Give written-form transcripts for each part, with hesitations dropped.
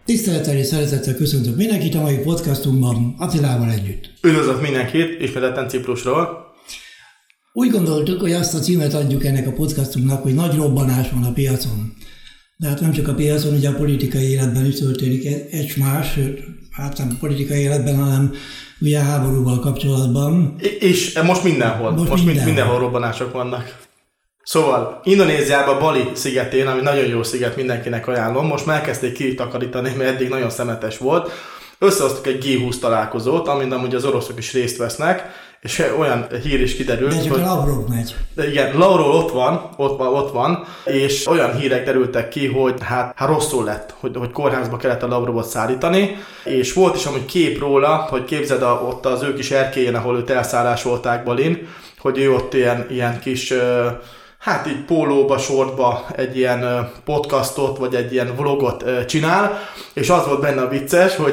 Tisztelettel és szeretettel köszöntök mindenkit a mai podcastunkban Attilával együtt. Üdvözlök mindenkit, ismételten Ciprusról. Úgy gondoltuk, hogy azt a címet adjuk ennek a podcastunknak, hogy nagy robbanás van a piacon. De hát nem csak a piacon, ugye a politikai életben is történik egy más, hát nem a politikai életben, hanem ugye a háborúval kapcsolatban. És most mindenhol. Most mindenhol robbanások vannak. Szóval Indonéziában, Bali szigetén, ami nagyon jó sziget, mindenkinek ajánlom, most már elkezdték kitakarítani, mert eddig nagyon szemetes volt. Összehoztak egy G20 találkozót, amin amúgy az oroszok is részt vesznek, és olyan hír is kiderült, de csak hogy... Lavrov megy. Igen, Lavrov ott van, és olyan hírek derültek ki, hogy hát rosszul lett, hogy kórházba kellett a Lavrovot szállítani, és volt is amúgy kép róla, hogy képzeld ott az ő kis erkélyen, ahol őt elszállásolták Balin, hogy ő ott ilyen kis... hát így pólóba, sortba egy ilyen podcastot, vagy egy ilyen vlogot csinál, és az volt benne a vicces, hogy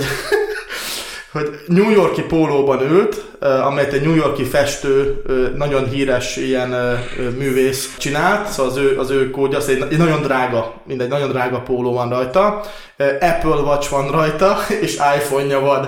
New York-i pólóban ült, amelyet egy New York-i festő, nagyon híres ilyen művész csinált, szóval az ő kódja, az egy nagyon drága póló van rajta, Apple Watch van rajta, és iPhone-ja van.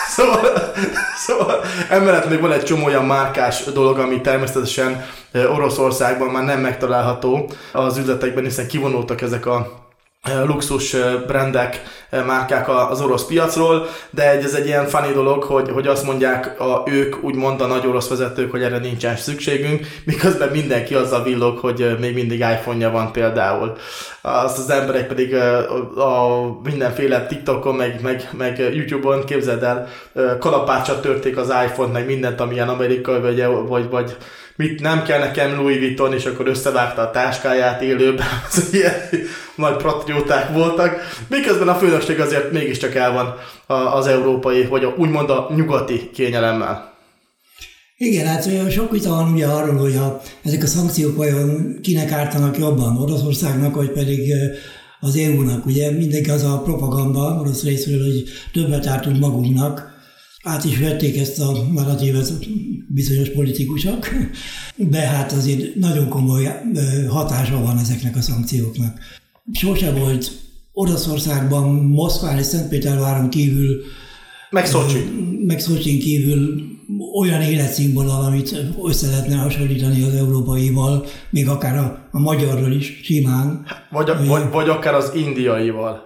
Szóval emellett még van egy csomó olyan márkás dolog, ami természetesen Oroszországban már nem megtalálható az üzletekben, hiszen kivonultak ezek a luxus brandek, márkák az orosz piacról, de ez egy ilyen funny dolog, hogy azt mondják ők, úgymond a nagy orosz vezetők, hogy erre nincsen szükségünk, miközben mindenki azzal villog, hogy még mindig iPhone-ja van például. Azt az emberek pedig a mindenféle TikTokon, meg YouTube-on, képzeld el, kalapáccsal törték az iPhone-t, meg mindent, amilyen amerikai, vagy mit nem kell nekem Louis Vuitton, és akkor összevágta a táskáját élőben, az ilyen nagy patrióták voltak, miközben a főnökség azért mégiscsak el van az európai, vagy úgymond a nyugati kényelemmel. Igen, hát sok vita van ugye arról, hogy ezek a szankciók vajon kinek ártanak jobban, Oroszországnak, vagy pedig az EU-nak. Ugye mindenki az a propaganda orosz részről, hogy többet ártunk magunknak. Át is vették ezt a narratívet bizonyos politikusok, de hát azért nagyon komoly hatása van ezeknek a szankcióknak. Sose volt Oroszországban, Moszkván és Szentpéterváron kívül, meg Szocsin kívül olyan életszínvonal, amit össze lehetne hasonlítani az európaival, még akár a magyarról is simán. Vagy akár az indiaival.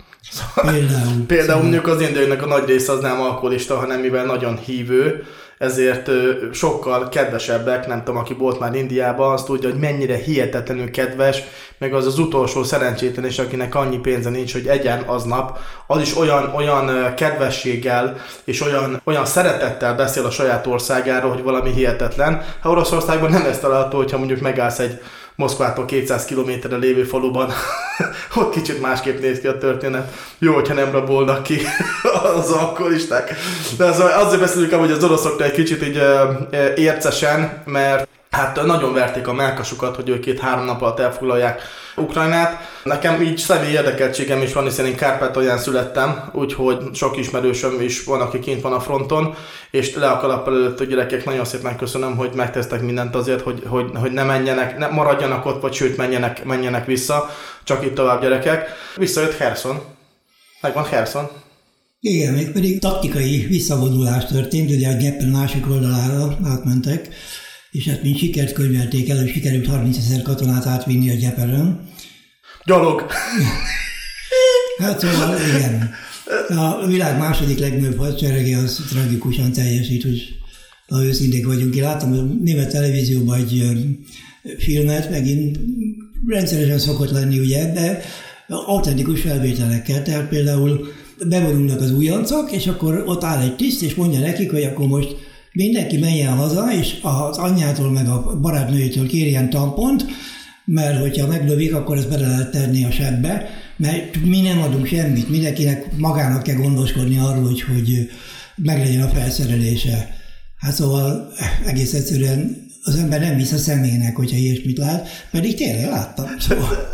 Például mondjuk az indiainak a nagy része az nem alkoholista, hanem mivel nagyon hívő, ezért sokkal kedvesebbek, nem tudom, aki volt már Indiában, azt tudja, hogy mennyire hihetetlenül kedves, meg az utolsó szerencsétlen, és akinek annyi pénze nincs, hogy egyen aznap, az is olyan kedvességgel és olyan szeretettel beszél a saját országáról, hogy valami hihetetlen. Ha Oroszországban nem ezt található, hogyha mondjuk megállsz egy Moszkvától 200 kilométerre lévő faluban, ott kicsit másképp néz ki a történet. Jó, hogyha nem rabolnak ki az alkoholisták. De azért beszélünk, hogy az oroszokra egy kicsit így ércesen, mert hát nagyon verték a mellkasukat, hogy ők 2-3 nap alatt elfoglalják Ukrajnát. Nekem így személyi érdekeltségem is van, hiszen én Kárpátalján születtem, úgyhogy sok ismerősöm is van, aki kint van a fronton, és le a kalappal előtt a gyerekek, nagyon szépen köszönöm, hogy megtesztek mindent azért, hogy ne menjenek, ne maradjanak ott, vagy sőt menjenek vissza, csak itt tovább gyerekek. Visszajött Kherson. Megvan Kherson. Igen, még pedig taktikai visszavonulás történt, ugye a Dnyeper másik oldalára átmentek, és hát mint sikert könyvelték el, hogy sikerült 30 000 katonát átvinni a Dnyeperen. Gyalog! Hát szóval igen. A világ második legnagyobb hadserege az tragikusan teljesít, hogy ha őszinték vagyunk. Én láttam a német televízióban egy filmet, megint rendszeresen szokott lenni, ugye, de autentikus felvételekkel. Tehát például bevonulnak az újoncok, és akkor ott áll egy tiszt, és mondja nekik, hogy akkor most mindenki menjen haza, és az anyjától meg a barátnőjétől kérjen tampont, mert hogyha meglövik, akkor ezt bele lehet tenni a sebbe, mert mi nem adunk semmit, mindenkinek magának kell gondoskodni arról, hogy meglegyen a felszerelése. Hát szóval egész egyszerűen az ember nem hisz a személynek, hogyha ilyesmit lát, pedig tényleg láttam. Szóval.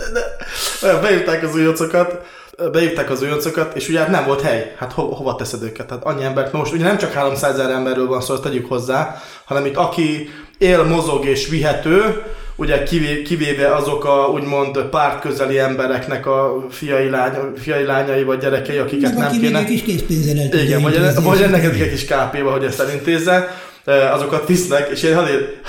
Beírták az újoncokat, és ugye hát nem volt hely. Hát hova teszed őket? Hát annyi embert, most ugye nem csak 300 000 emberről van szó, azt tegyük hozzá, hanem itt aki él, mozog és vihető, ugye kivéve azok a úgymond pártközeli embereknek a fiai lányai vagy gyerekei, akiket nem kéne. Kis készpénzen el tudja. Igen, vagy ennek egy kis KP-ba, hogy ezt elintézze, azokat visznek, és én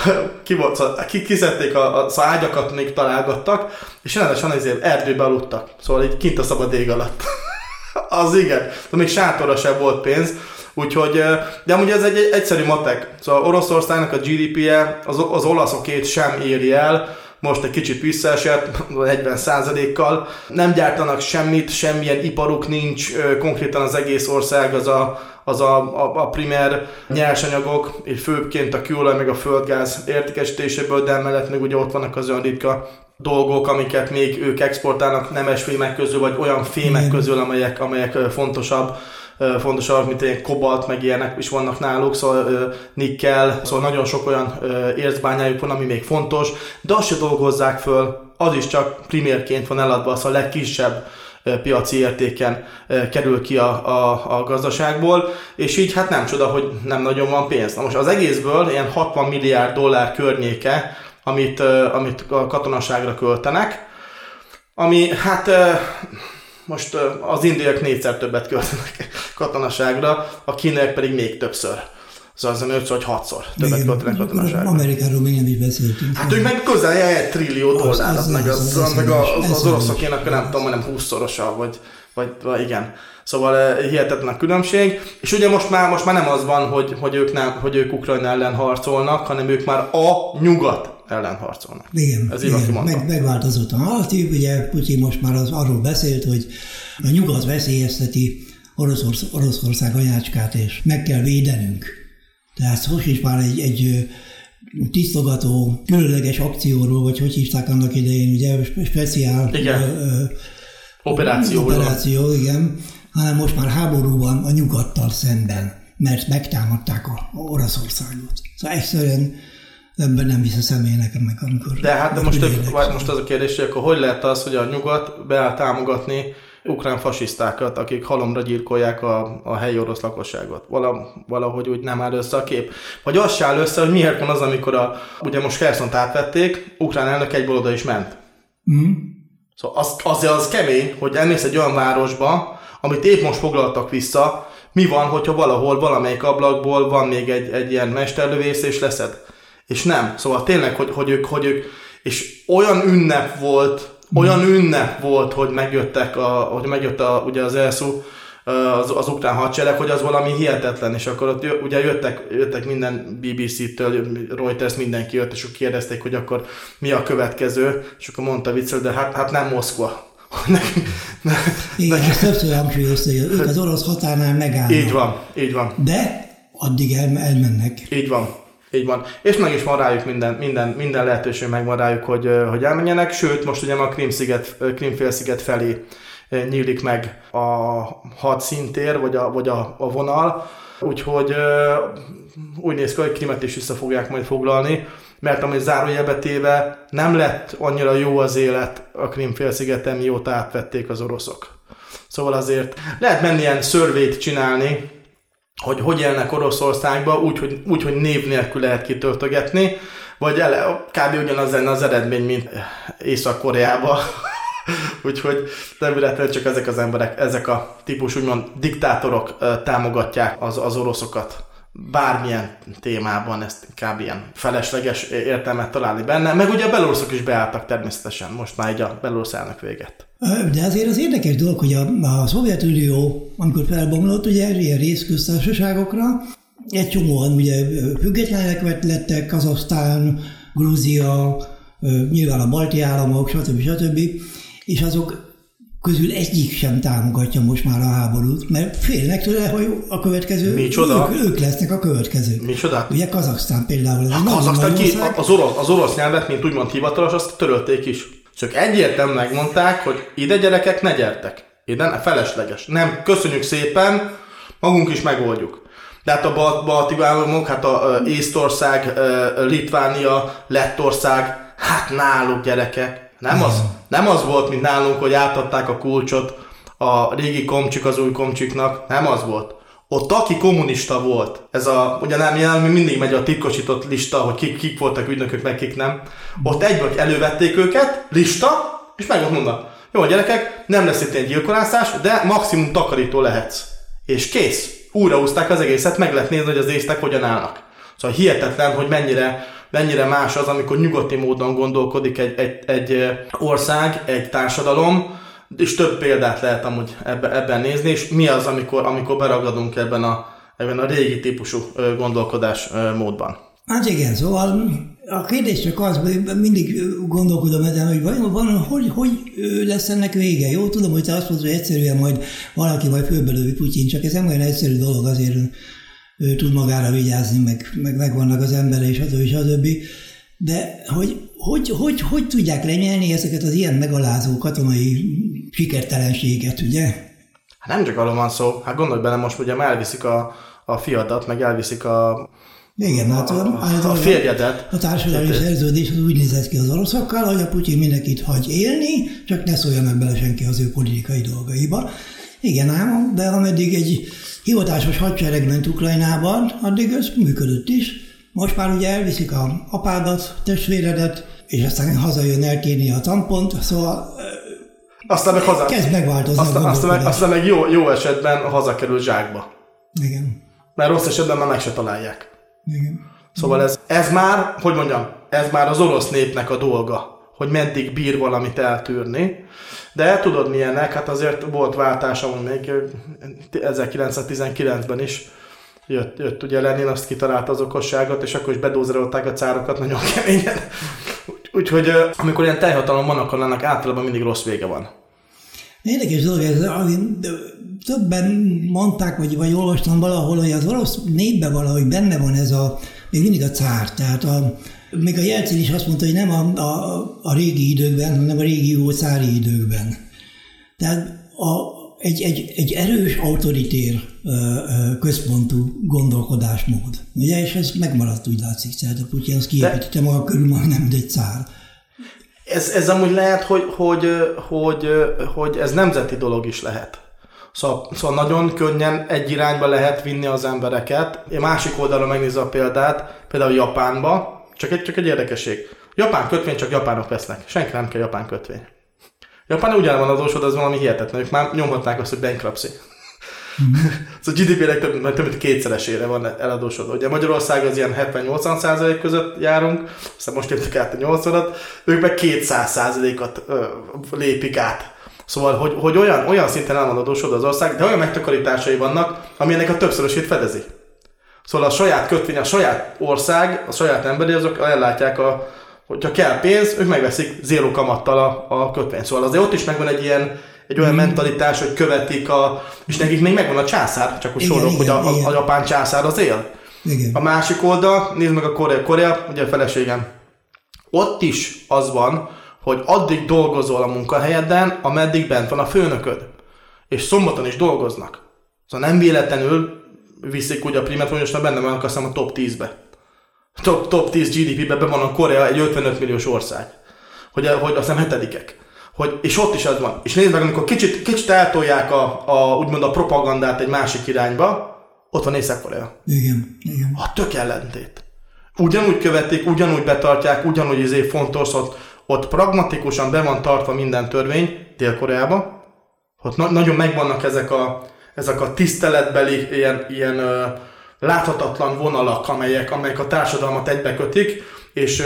kiszedték az ágyakat, még találgattak, és rendesen azért erdőbe aludtak. Szóval így kint a szabad ég alatt. Az igen, de még sátorra sem volt pénz. Úgyhogy, de amúgy ez egy egyszerű matek. Szóval Oroszországnak a GDP-je az olaszokét sem éri el, most egy kicsit visszaesett, 40%-kal. Nem gyártanak semmit, semmilyen iparuk nincs, konkrétan az egész ország az a primer nyersanyagok, és főként a kőolaj meg a földgáz értékesítéséből, de emellett még ugye ott vannak az olyan ritka dolgok, amiket még ők exportálnak nemesfémek közül, vagy olyan fémek közül, amelyek fontosabb, mint ilyen kobalt, meg ilyenek is vannak náluk, szóval nikkel, szóval nagyon sok olyan ércbányájuk van, ami még fontos, de azt se dolgozzák föl, az is csak primérként van eladva, szóval a legkisebb piaci értéken kerül ki a gazdaságból, és így hát nem csoda, hogy nem nagyon van pénz. Na most az egészből ilyen 60 milliárd dollár környéke, amit a katonaságra költenek, ami hát most az indiaiak 4-szer többet költenek katonaságra, a kínaiak pedig még többször. Szóval az 5-ször vagy 6-szor többet költenek katonaságra. Amerikáról még nem is beszéltünk. Hát ők meg közel 1 trillió dollár, meg az oroszokénak nem tudom, hanem 20-szorosa, vagy igen. Szóval hihetetlen a különbség. És ugye most már nem az van, hogy ők Ukrajna ellen harcolnak, hanem ők már a nyugat ellen harcolnak. Igen, ez igen. Megváltozott a narratív, ugye Putyin most már arról beszélt, hogy a nyugat veszélyezteti Oroszország anyácskát, és meg kell védenünk. Tehát most is már egy tisztogató, különleges akcióról, vagy hogy hívták annak idején, ugye speciál operáció, igen, hanem most már háború van a nyugattal szemben, mert megtámadták a Oroszországot. Szóval egyszerűen ember nem visz a személynek meg, amikor... De hát most az a kérdés, hogy akkor hogy lehet az, hogy a nyugat beáll támogatni ukrán fasisztákat, akik halomra gyilkolják a helyi orosz lakosságot. Valahogy úgy nem áll össze a kép. Vagy az se áll össze, hogy miért van az, amikor ugye most Kherszont átvették, ukrán elnök egyből oda is ment. Szóval az kemény, hogy elmész egy olyan városba, amit épp most foglaltak vissza, mi van, hogyha valahol, valamelyik ablakból van még egy ilyen mesterlövész, és leszed. És nem. Szóval tényleg, hogy ők és olyan ünnep volt, hogy megjött ugye az ELSU, az ukrán hadsereg, hogy az valami hihetetlen, és akkor ott ugye jöttek minden BBC-től, Reuters, mindenki jött, és kérdezték, hogy akkor mi a következő, és akkor mondta viccel, de hát nem Moszkva. Igen, ezt többször hangsúlyozta, hogy ők az orosz határnál megállnak. Így van. De addig elmennek. Így van. És meg is van rájuk minden lehetőség megvan rájuk, hogy elmenjenek, sőt, most ugye a Krím-félsziget felé nyílik meg a hadszíntér, vagy a vonal, úgyhogy úgy néz ki, hogy Krimet is vissza fogják majd foglalni, mert amely zárójelbe téve nem lett annyira jó az élet a Krím-félszigeten, mióta átvették az oroszok. Szóval azért lehet menni ilyen szörvét csinálni, hogy élnek Oroszországba, úgy, hogy név nélkül lehet kitöltögetni, vagy kb. Ugyanaz lenne az eredmény, mint Észak-Koreában. Úgyhogy természetesen csak ezek az emberek, ezek a típus úgymond diktátorok támogatják az oroszokat. Bármilyen témában ezt kb. Ilyen felesleges értelmet találni benne, meg ugye a beloruszok is beálltak természetesen, most már így a belorusz elnök véget. De azért az érdekes dolog, hogy a Szovjetunió, amikor felbomlott, ugye ilyen részköztársaságokra, egy csomóan ugye függetlenek lettek, Kazahsztán, Grúzia, nyilván a balti államok, stb. És azok közül egyik sem támogatja most már a háborút, mert félnek tőle, hogy a következő... Micsoda? Ők lesznek a következő. Micsoda? Ugye Kazahsztán például. Az orosz nyelvet, mint úgymond hivatalos, azt törölték is. Csak egyértelműen megmondták, hogy ide gyerekek, ne gyertek. Ide felesleges. Nem, köszönjük szépen, magunk is megoldjuk. De hát a balti államok, hát Észtország, Litvánia, Lettország, hát náluk gyerekek. Nem az volt, mint nálunk, hogy átadták a kulcsot a régi komcsik az új komcsiknak. Nem az volt. ott aki kommunista volt, ez ugye nem mindig megy a titkosított lista, hogy kik voltak ügynökök, meg kik nem, ott egyből elővették őket, lista, és meg ott mondta, jó gyerekek, nem lesz itt egy gyilkolászás, de maximum takarító lehetsz. És kész. Újrahúzták az egészet, meg lehet nézni, hogy az észtek hogyan állnak. Szóval hihetetlen, hogy mennyire más az, amikor nyugati módon gondolkodik egy ország, egy társadalom, és több példát lehet amúgy ebben nézni, és mi az, amikor beragadunk ebben a régi típusú gondolkodás módban. Hát igen, szóval a kérdés csak az, hogy mindig gondolkodom ezen, hogy hogy lesz ennek vége. Jó, tudom, hogy te azt mondod, hogy egyszerűen majd valaki majd fölbelövi Putyin, csak ez nem olyan egyszerű dolog, azért ő tud magára vigyázni, meg megvannak az emberei, stb. De hogy tudják lenyelni ezeket az ilyen megalázó katonai sikertelenséget, ugye? Hát nem csak arról van szó, hát gondolj bele, most ugye elviszik a fiadat, meg elviszik igen, a férjedet. A társadalmi szerződés az úgy nézett ki az oroszokkal, hogy a Putyin mindenkit hagy élni, csak ne szólja meg bele senki az ő politikai dolgaiba. Igen ám, de ameddig egy hivatásos hadsereg ment Ukrajnában, addig ez működött is. Most már ugye elviszik a apádat, testvéredet, és aztán hazajön elkérni a tampont, szóval aztán meg kezd megváltozni. Aztán meg jó esetben hazakerül zsákba. Igen. Mert rossz esetben már meg se találják. Igen. Szóval ez már, hogy mondjam, ez már az orosz népnek a dolga, hogy meddig bír valamit eltűrni. De tudod milyennek, hát azért volt váltás, amúgy még 1919-ben is jött ugye Lenin, azt kitalálta az okosságot, és akkor is bedózerolták a cárokat nagyon keményen. Úgyhogy amikor ilyen teljhatalom van, akkor annak általában mindig rossz vége van. Érdekes dolog, ez, többen mondták, vagy olvastam valahol, hogy az orosz népben valahogy benne van ez még mindig a cár. Tehát még a Jelcin is azt mondta, hogy nem a régi időkben, hanem a régi cári időkben. Tehát egy erős autoritér központú gondolkodásmód. Ugye, és ez megmaradt, úgy látszik, tehát a Putyin azt kiépítette maga körül, nem egy cár. Ez amúgy lehet, hogy ez nemzeti dolog is lehet. Szóval nagyon könnyen egy irányba lehet vinni az embereket. Én másik oldalra megnézve a példát, például Japánba, csak egy érdekesség. Japán kötvény csak japánok vesznek. Senki nem kell japán kötvény. Japán ugyan van adósod, az valami hihetetlen. Ők már nyomhatnák azt, hogy bankruptcy. Szóval GDP-nek több mint kétszeresére van eladósodva. Ugye Magyarország az ilyen 70-80% között járunk, aztán most léptük át a 80-at, ők meg 200%-at lépik át. Szóval, hogy olyan szinten el van adósodva az ország, de olyan megtakarításai vannak, ami ennek a többszörösét fedezi. Szóval a saját kötvény, a saját ország, a saját emberi, azok ellátják, hogyha kell pénz, ők megveszik zéró kamattal a kötvényt. Szóval azért ott is megvan egy olyan mentalitás, hogy követik és nekik még megvan a császár, csak úgy sorolok, hogy a japán császár az él. Igen. A másik oldal, nézd meg a Korea, ugye a feleségem. Ott is az van, hogy addig dolgozol a munkahelyeden, ameddig bent van a főnököd. És szombaton is dolgoznak. Szóval nem véletlenül viszik ugye a primet, hogy most benne van, azt hiszem a top 10-be. Top 10 GDP-be be van a Korea, egy 55 milliós ország. Hogy azt hiszem 7-ek. És ott is az van. És nézd meg, amikor kicsit eltolják úgymond a propagandát egy másik irányba, ott van Észak-Korea. Igen. A tök ellentét. Ugyanúgy követik, ugyanúgy betartják, ugyanúgy fontos, ott pragmatikusan be van tartva minden törvény Dél-Koreában. Ott nagyon megvannak ezek a tiszteletbeli ilyen láthatatlan vonalak, amelyek a társadalmat egybekötik, és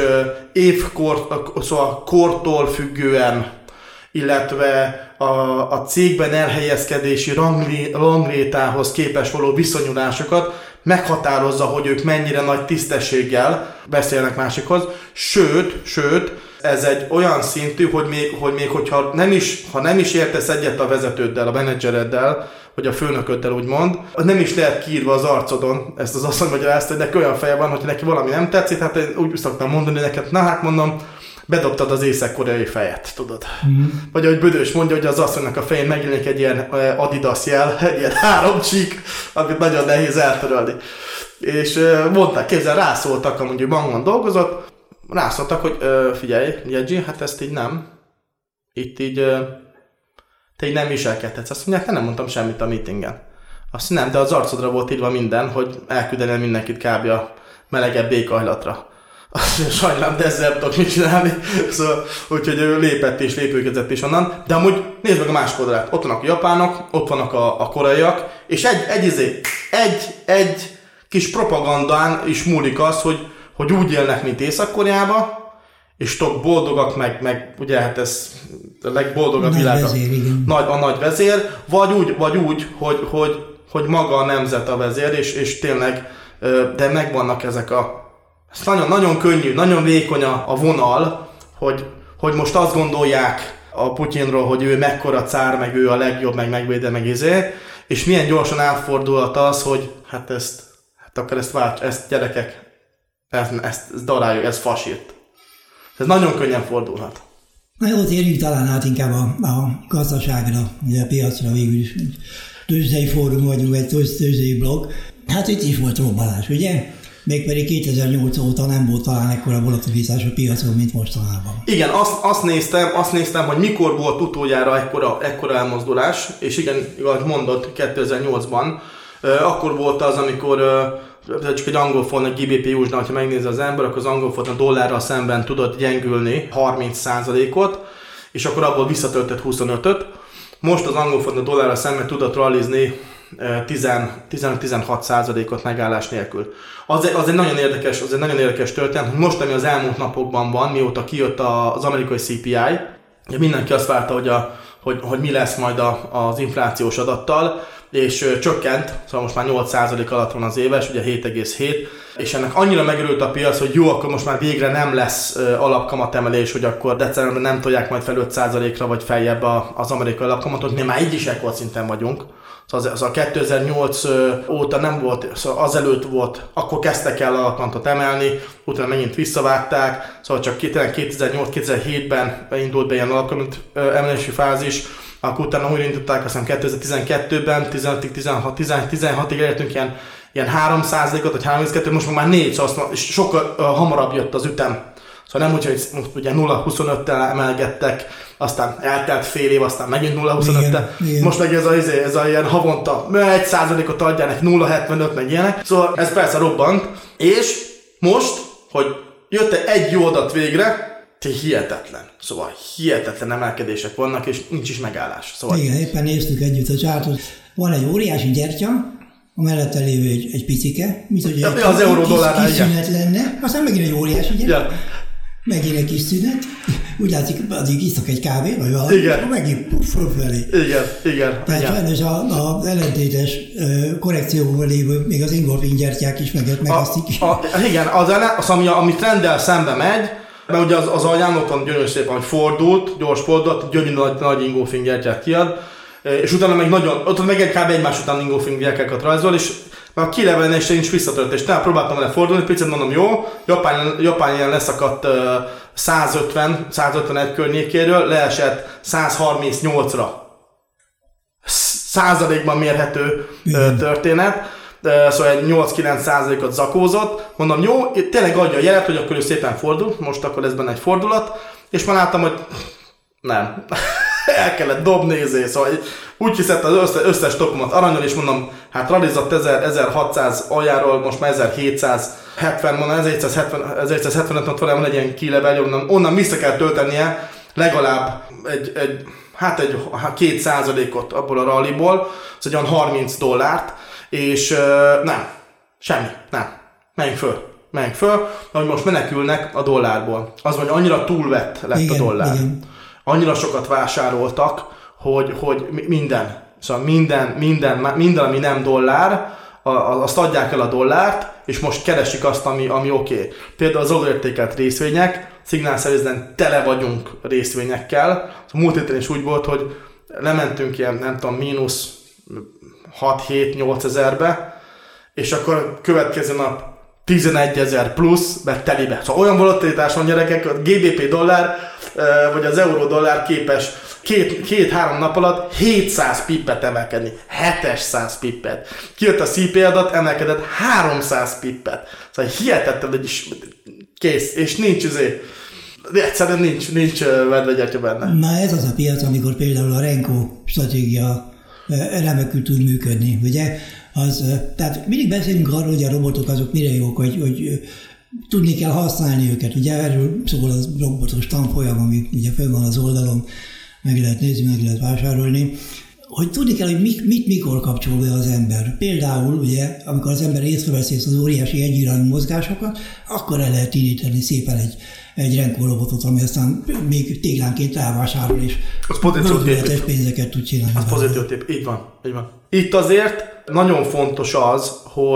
szóval kortól függően, illetve a cégben elhelyezkedési ranglétához képes való viszonyulásokat meghatározza, hogy ők mennyire nagy tisztességgel beszélnek másikhoz. Sőt, ez egy olyan szintű, hogy még hogyha nem is értesz egyet a vezetőddel, a menedzsereddel, vagy a főnököddel úgymond, nem is lehet kiírva az arcodon, ezt az asszony magyarázta, hogy neki olyan feje van, hogy neki valami nem tetszik, hát én úgy szoktam mondani neked, na hát mondom, bedobtad az észak-koreai fejet, tudod. Vagy ahogy Bödös mondja, hogy az asszonynak a fején megjelenik egy ilyen Adidas jel, egy ilyen 3 csík, amit nagyon nehéz eltörölni. És mondták, rászóltak, amúgy bankban dolgozott, rászóltak, hogy figyelj, Jegyi, hát ezt így nem. Itt így te így nem viselkedhetsz. Azt mondják, nem mondtam semmit a meetingen. Azt nem, de az arcodra volt írva minden, hogy elküldenél mindenkit kb. A melegebb éghajlatra. Sajnálom, de ezzel nem tudok mit csinálni. Szóval, úgyhogy ő lépett és lépőkezett is onnan. De amúgy nézd meg a másik oldalát. Ott vannak a japánok, ott vannak a koreaiak, és egy kis propagandán is múlik az, hogy úgy élnek, mint Észak-Koreába, és tök boldogak, meg ugye hát ez a legboldogabb világ. A nagy vezér, vagy úgy, hogy maga a nemzet a vezér, és tényleg, de megvannak ezek ez nagyon, nagyon könnyű, nagyon vékony a vonal, hogy most azt gondolják a Putyinról, hogy ő mekkora cár, meg ő a legjobb, meg megvéde, meg és milyen gyorsan átfordulhat az, hogy akkor ezt gyerekek, ezt daráljuk, ez fasírt. Ez nagyon könnyen fordulhat. Na jó, térjünk talán át inkább a gazdaságra, ugye a piacra végül is. Tőzsdei fórum vagyunk, egy tőzsdei blog. Hát itt is volt robbanás, ugye? Mégpedig 2008 óta nem volt talán ekkora volatilitás a piacon, mint mostanában. Igen, azt néztem, hogy mikor volt utoljára ekkora elmozdulás, és igen, igaz mondott 2008-ban, akkor volt az, amikor csak egy angol font, egy GBP-USD-nál, ha megnézi az ember, akkor az angol font a dollárral szemben tudott gyengülni 30%-ot, és akkor abból visszatöltött 25-öt. Most az angol font a dollárral szemben tudott rallizni 15-16%-ot megállás nélkül. Az egy nagyon érdekes történet, hogy most, ami az elmúlt napokban van, mióta kijött az amerikai CPI, mindenki azt várta, hogy mi lesz majd az inflációs adattal, és csökkent, szóval most már 8% alatt van az éves, ugye 7,7, és ennek annyira megörült a piac, hogy jó, akkor most már végre nem lesz alapkamatemelés, hogy akkor decemberben nem tolják majd fel 5%-ra, vagy feljebb az amerikai alapkamatot, mi már így is ekkor szinten vagyunk. Szóval 2008 óta nem volt, szóval azelőtt volt, akkor kezdtek el alapkamatot emelni, utána megint visszavágták, szóval csak 2008-2007-ben indult be ilyen alapkamat emelési fázis, akkor utána újra indították, aztán 2012-ben, 16-ig elértünk ilyen 3%-ot, vagy 3,2, most már 4, szóval és sokkal hamarabb jött az ütem. Szóval nem úgy, hogy ugye 0,25-tel emelgettek, aztán eltelt fél év, aztán megint 0,25-tel. Most meg ez a ilyen havonta 1%-ot adják, 0,75 meg ilyenek. Szóval ez persze robbant. És most, hogy jött egy jó adat végre, hihetetlen. Szóval hihetetlen emelkedések vannak, és nincs is megállás. Szóval... Igen, éppen néztük együtt a csártot. Van egy óriási gyertya, a mellette lévő egy picike, mint hogy az euró-dollárnál, kis szünet lenne, aztán megint egy óriási gyertya. Megint egy kis szünet, úgy látszik, addig iszak egy kávét, vagy valami, akkor megint fölfelé. Igen. Tehát sajnos az ellentétes korrekcióban lévő, még az ingolfing gyertyák is megeszik. Igen, ami trendel szembe megy, mert ugye az ajánlottan gyönyörű szépen, hogy gyors fordult, gyönyörű nagy ingolfing gyertyát kiad, és utána meg kb. Egymás után ingolfing gyertyákat rajzol, és a kilevelése nincs visszatöltés. Tehát próbáltam vele fordulni, picit mondom, jó, Japán ilyen leszakadt 151 környékéről, leesett 138-ra. Százalékban mérhető történet, szóval egy 8-9%-ot zakózott. Mondom, jó, tényleg adja a jelet, hogy akkor ő szépen fordul, most akkor lesz benne egy fordulat, és már láttam, hogy nem. El kellett dobni, szóval úgy hiszett az összes topomat aranyol, és mondom, hát ralizott 1600 aljáról, most már 1770, mondom, 1775 van egy ilyen kilevel, onnan vissza kell töltenie legalább egy 2%-ot abból a ralliból, szóval olyan 30 dollárt, és nem, semmi, nem, menjünk föl, hogy most menekülnek a dollárból. Az, hogy annyira túlvett lett a dollár. Igen. Annyira sokat vásároltak, hogy minden, szóval minden, ami nem dollár, azt adják el a dollárt, és most keresik azt, ami oké. Például az alulértékelt részvények, szignálszerűen tele vagyunk részvényekkel. Múlt héten is úgy volt, hogy lementünk ilyen, nem tudom, mínusz 6-7-8 ezerbe, és akkor következő nap 11 000 plusz, mert telibe. Szóval olyan volatilitás van, gyerekek, a GBP dollár, vagy az euró dollár képes 2-3 nap alatt 700 pippet emelkedni. 700 pippet. Kijött a CPI adat, emelkedett 300 pippet. Szóval hihetetlen, hogy is kész, és nincs egyszerűen nincs vedvegyertya benne. Na ez az a piac, amikor például a Renko stratégia remekül tud működni, ugye? Tehát mindig beszélünk arról, hogy a robotok azok mire jók, hogy tudni kell használni őket. Ugye erről szól a robotos tanfolyam, ami ugye fönn van az oldalon, meg lehet nézni, meg lehet vásárolni, hogy tudni kell, hogy mit mikor kapcsol be az ember. Például, ugye, amikor az ember észreveszi ezt az óriási egyirányú mozgásokat, akkor el lehet indítani szépen egy Renko robotot, ami aztán még téglánként elvásárol, és bővületes pénzeket tud csinálni. Az pozitív tép, így van. Itt azért nagyon fontos az,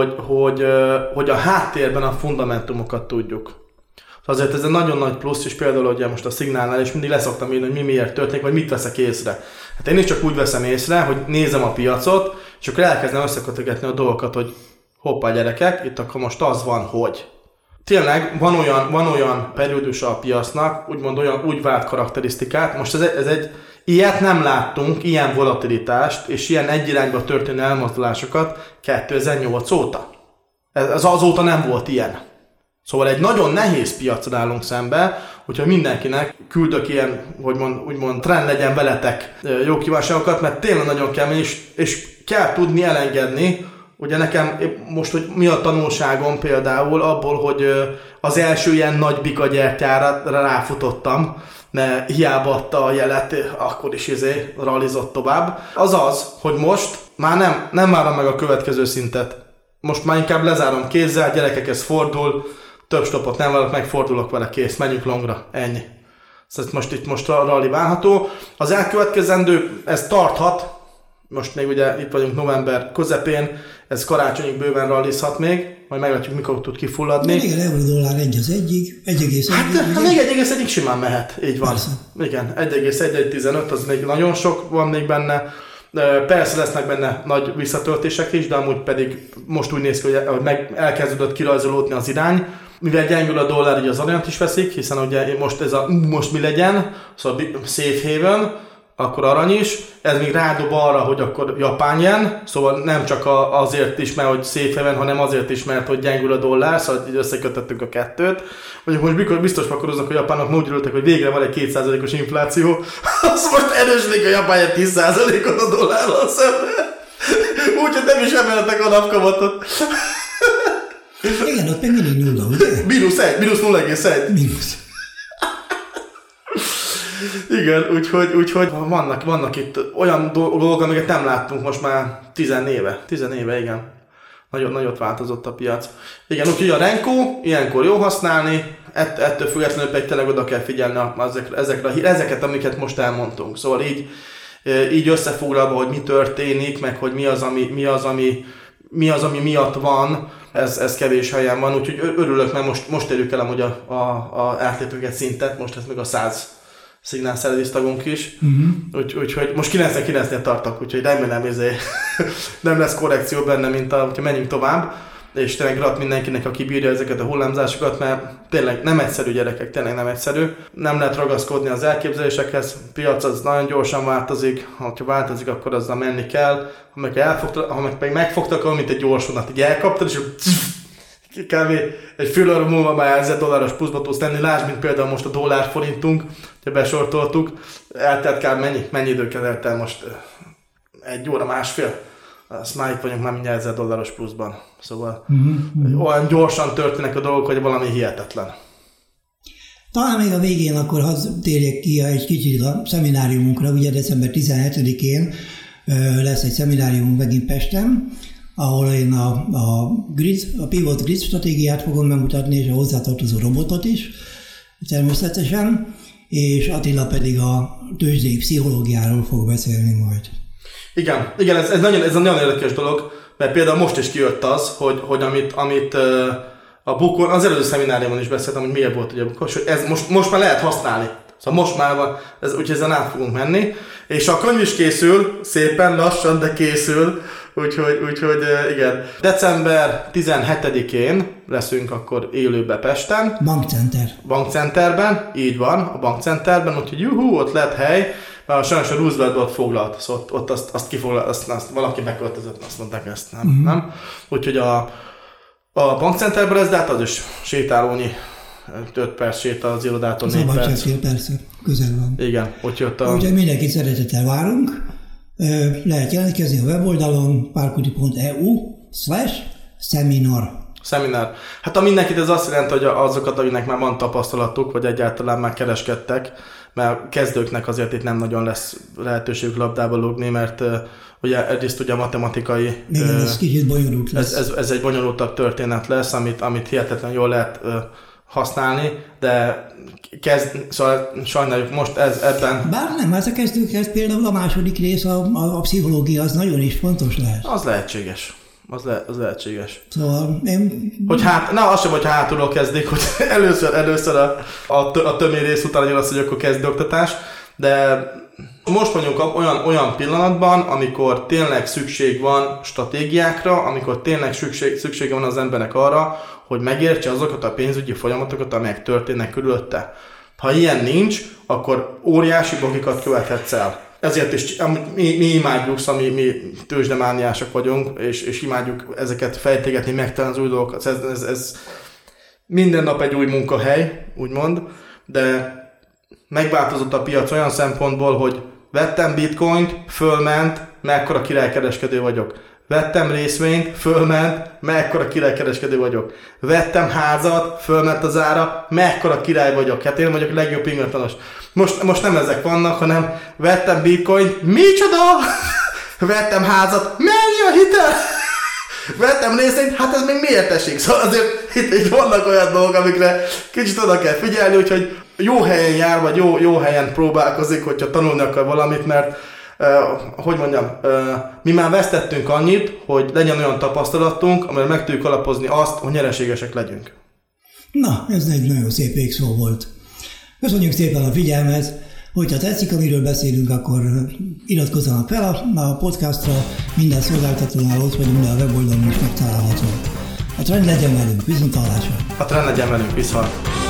hogy a háttérben a fundamentumokat tudjuk. Azért ez egy nagyon nagy plusz, és például ugye most a Szignálnál is mindig leszoktam írni, hogy mi miért történik, vagy mit veszek észre. Hát én is csak úgy veszem észre, hogy nézem a piacot, és akkor elkezdem összekötögetni a dolgokat, hogy hoppá gyerekek, itt akkor most az van, hogy. Tényleg van olyan periódusa a piacnak, úgymond úgy vált karakterisztikát, most ez egy ilyet nem láttunk, ilyen volatilitást, és ilyen egy irányba történő elmozdulásokat 2008 óta. Ez azóta nem volt ilyen. Szóval egy nagyon nehéz piacra állunk szembe, hogyha mindenkinek küldök ilyen, hogy úgymond trend legyen veletek jó kívánságokat, mert tényleg nagyon kemény, és kell tudni elengedni. Ugye nekem most, hogy mi a tanulságom például abból, hogy az első ilyen nagy bikagyertyára ráfutottam, mert hiába adta a jelet, akkor is rallizott tovább. Az, hogy most már nem várom meg a következő szintet. Most már inkább lezárom kézzel, gyerekek, ez fordul, több stopot nem válok, megfordulok vele, kész, menjünk longra, ennyi. Szóval most a rally várható. Az elkövetkezendő, ez tarthat, most még ugye itt vagyunk november közepén, ez karácsonyig bőven rallizhat még, majd meglátjuk, mikor tud kifulladni. Igen, euró-dollár 1:1, 1,1. Hát még 1,1-ig simán mehet, így van. Persze. Igen, 1,1-1,15, az még nagyon sok van még benne. Persze lesznek benne nagy visszatöltések is, de amúgy pedig most úgy néz ki, hogy elkezdődött kirajzolódni az irány. Mivel gyengül a dollár, így az arányt is veszik, hiszen ugye most mi legyen, szóval safe haven, akkor arany is, ez még rádob arra, hogy akkor japán yen, szóval nem csak azért is, mert hogy safe haven, hanem azért is, mert hogy gyengül a dollár, szóval így összekötöttük a kettőt. Mondjuk most mikor biztos pakoroznak a japánok, úgy örültek, hogy végre van egy 2%-os infláció, az most erősödik a japán yen 10%-ot a dollárral szemben. Úgyhogy nem is emeltek a napkamatot. Igen, ott meg mindig nulla, ugye? Mínusz 0,1. Mínusz. Igen, úgyhogy vannak itt olyan dolgok, amiket nem láttunk most már 10 éve. 10 éve, igen. Nagyon nagyot változott a piac. Igen, úgyhogy a Renko ilyenkor jó használni, ettől függetlenül pedig tényleg oda kell figyelni ezeket, amiket most elmondtunk. Szóval így összefoglalva, hogy mi történik, meg hogy mi az, ami miatt van, ez kevés helyen van, úgyhogy örülök, mert most érjük el amúgy a átlépünk egy szintet, most ez meg a 100 Szignál szervisztagunk is, úgyhogy most 99-nél tartok, úgyhogy remélem nem lesz korrekció benne, mint hogyha menjünk tovább, és tényleg grat mindenkinek, aki bírja ezeket a hullámzásokat, mert tényleg nem egyszerű gyerekek, tényleg nem egyszerű. Nem lehet ragaszkodni az elképzelésekhez, a piac az nagyon gyorsan változik, ha változik, akkor azzal menni kell, ha meg megfogtak, mint egy gyors vonat, így elkaptad, és kb. Egy fél óra múlva már $1000 pluszba tudsz tenni, lásd, mint például most a dollár-forintunk, ha besortoltuk, eltelt kb. Mennyi idő el most? 1 óra, másfél? Azt már itt vagyunk már mindjárt $1000 pluszban. Szóval olyan gyorsan történnek a dolgok, hogy valami hihetetlen. Talán még a végén akkor hadd térjek ki egy kicsit a szemináriumunkra, ugye december 17-én lesz egy szemináriumunk megint Pesten, ahol én a Pivot Grid stratégiát fogom bemutatni, és a hozzátartozó robotot is, természetesen, és Attila pedig a tőzsdei pszichológiáról fog beszélni majd. Igen, ez egy nagyon érdekes dolog, mert például most is kijött az, hogy amit a Bukon, az előző szemináriumon is beszéltem, hogy miért volt ugye a Bukon, hogy ez most már lehet használni. Szóval most már van, úgyhogy ezen át fogunk menni. És a könyv is készül, szépen lassan, de készül. Úgyhogy igen. December 17-én leszünk akkor élőbe Pesten. Bankcenterben, így van, a Bankcenterben, úgyhogy ott lett hely. Sajnos a Roosevelt ott foglalt, szóval ott azt kifoglalt, azt valaki beköltözött, azt mondták ezt, nem? Úgyhogy a Bankcenterben lesz, de hát az is sétálónyi, 5 perc sétál az irodától, 4 perc. Persze, közel van. Igen, ott jött Úgyhogy mindenkit szeretettel várunk. Lehet jelentkezni a weboldalon párkuti.eu/szeminar. Szeminar. Hát a mindenkit ez azt jelenti, hogy azokat, akinek már van tapasztalatuk, vagy egyáltalán már kereskedtek, mert kezdőknek azért itt nem nagyon lesz lehetőségük labdába lógni, mert ugye egyrészt ugye a matematikai... Igen, ez kicsit bonyolult lesz. Ez egy bonyolultabb történet lesz, amit hihetetlen jól lehet használni, de szóval sajnáljuk most ebben... Bár nem, hát a kezdőkhez például a második rész, a pszichológia az nagyon is fontos lehet. Az lehetséges. Az lehetséges. Szóval én... Az sem, hogy hátulról kezdik, hogy először a tömény rész után jön az, hogy akkor kezd oktatás, de most vagyunk olyan pillanatban, amikor tényleg szükség van stratégiákra, amikor tényleg szüksége van az embernek arra, hogy megértse azokat a pénzügyi folyamatokat, amelyek történnek körülötte. Ha ilyen nincs, akkor óriási bokikat követhetsz el. Ezért is mi imádjuk, szóval mi tőzsdemániások vagyunk, és imádjuk ezeket fejtegetni, megtalálni az új dolgokat. Ez minden nap egy új munkahely, úgymond, de megváltozott a piac olyan szempontból, hogy vettem bitcoint, fölment, mekkora királykereskedő vagyok. Vettem részvényt, fölment, mekkora királykereskedő vagyok. Vettem házat, fölment az ára, mekkora király vagyok. Hát én vagyok a legjobb ingatlanos. Most nem ezek vannak, hanem vettem bitcoint, micsoda? Vettem házat, mennyi a hitel? Vettem részvényt, hát ez még miért esik? Szóval azért itt vannak olyan dolgok, amikre kicsit oda kell figyelni, úgyhogy jó helyen jár, vagy jó helyen próbálkozik, hogyha tanulni akar valamit, mert mi már vesztettünk annyit, hogy legyen olyan tapasztalatunk, amire meg tudjuk alapozni azt, hogy nyereségesek legyünk. Na, ez egy nagyon szép végszó volt. Köszönjük szépen a figyelmet! Hogyha tetszik, amiről beszélünk, akkor iratkozzanak fel a podcastra, minden szolgáltatónál ott vagyunk, de a weboldalon is megtalálható. A trend legyen velünk, viszonthallásra! A trend legyen velünk, viszont!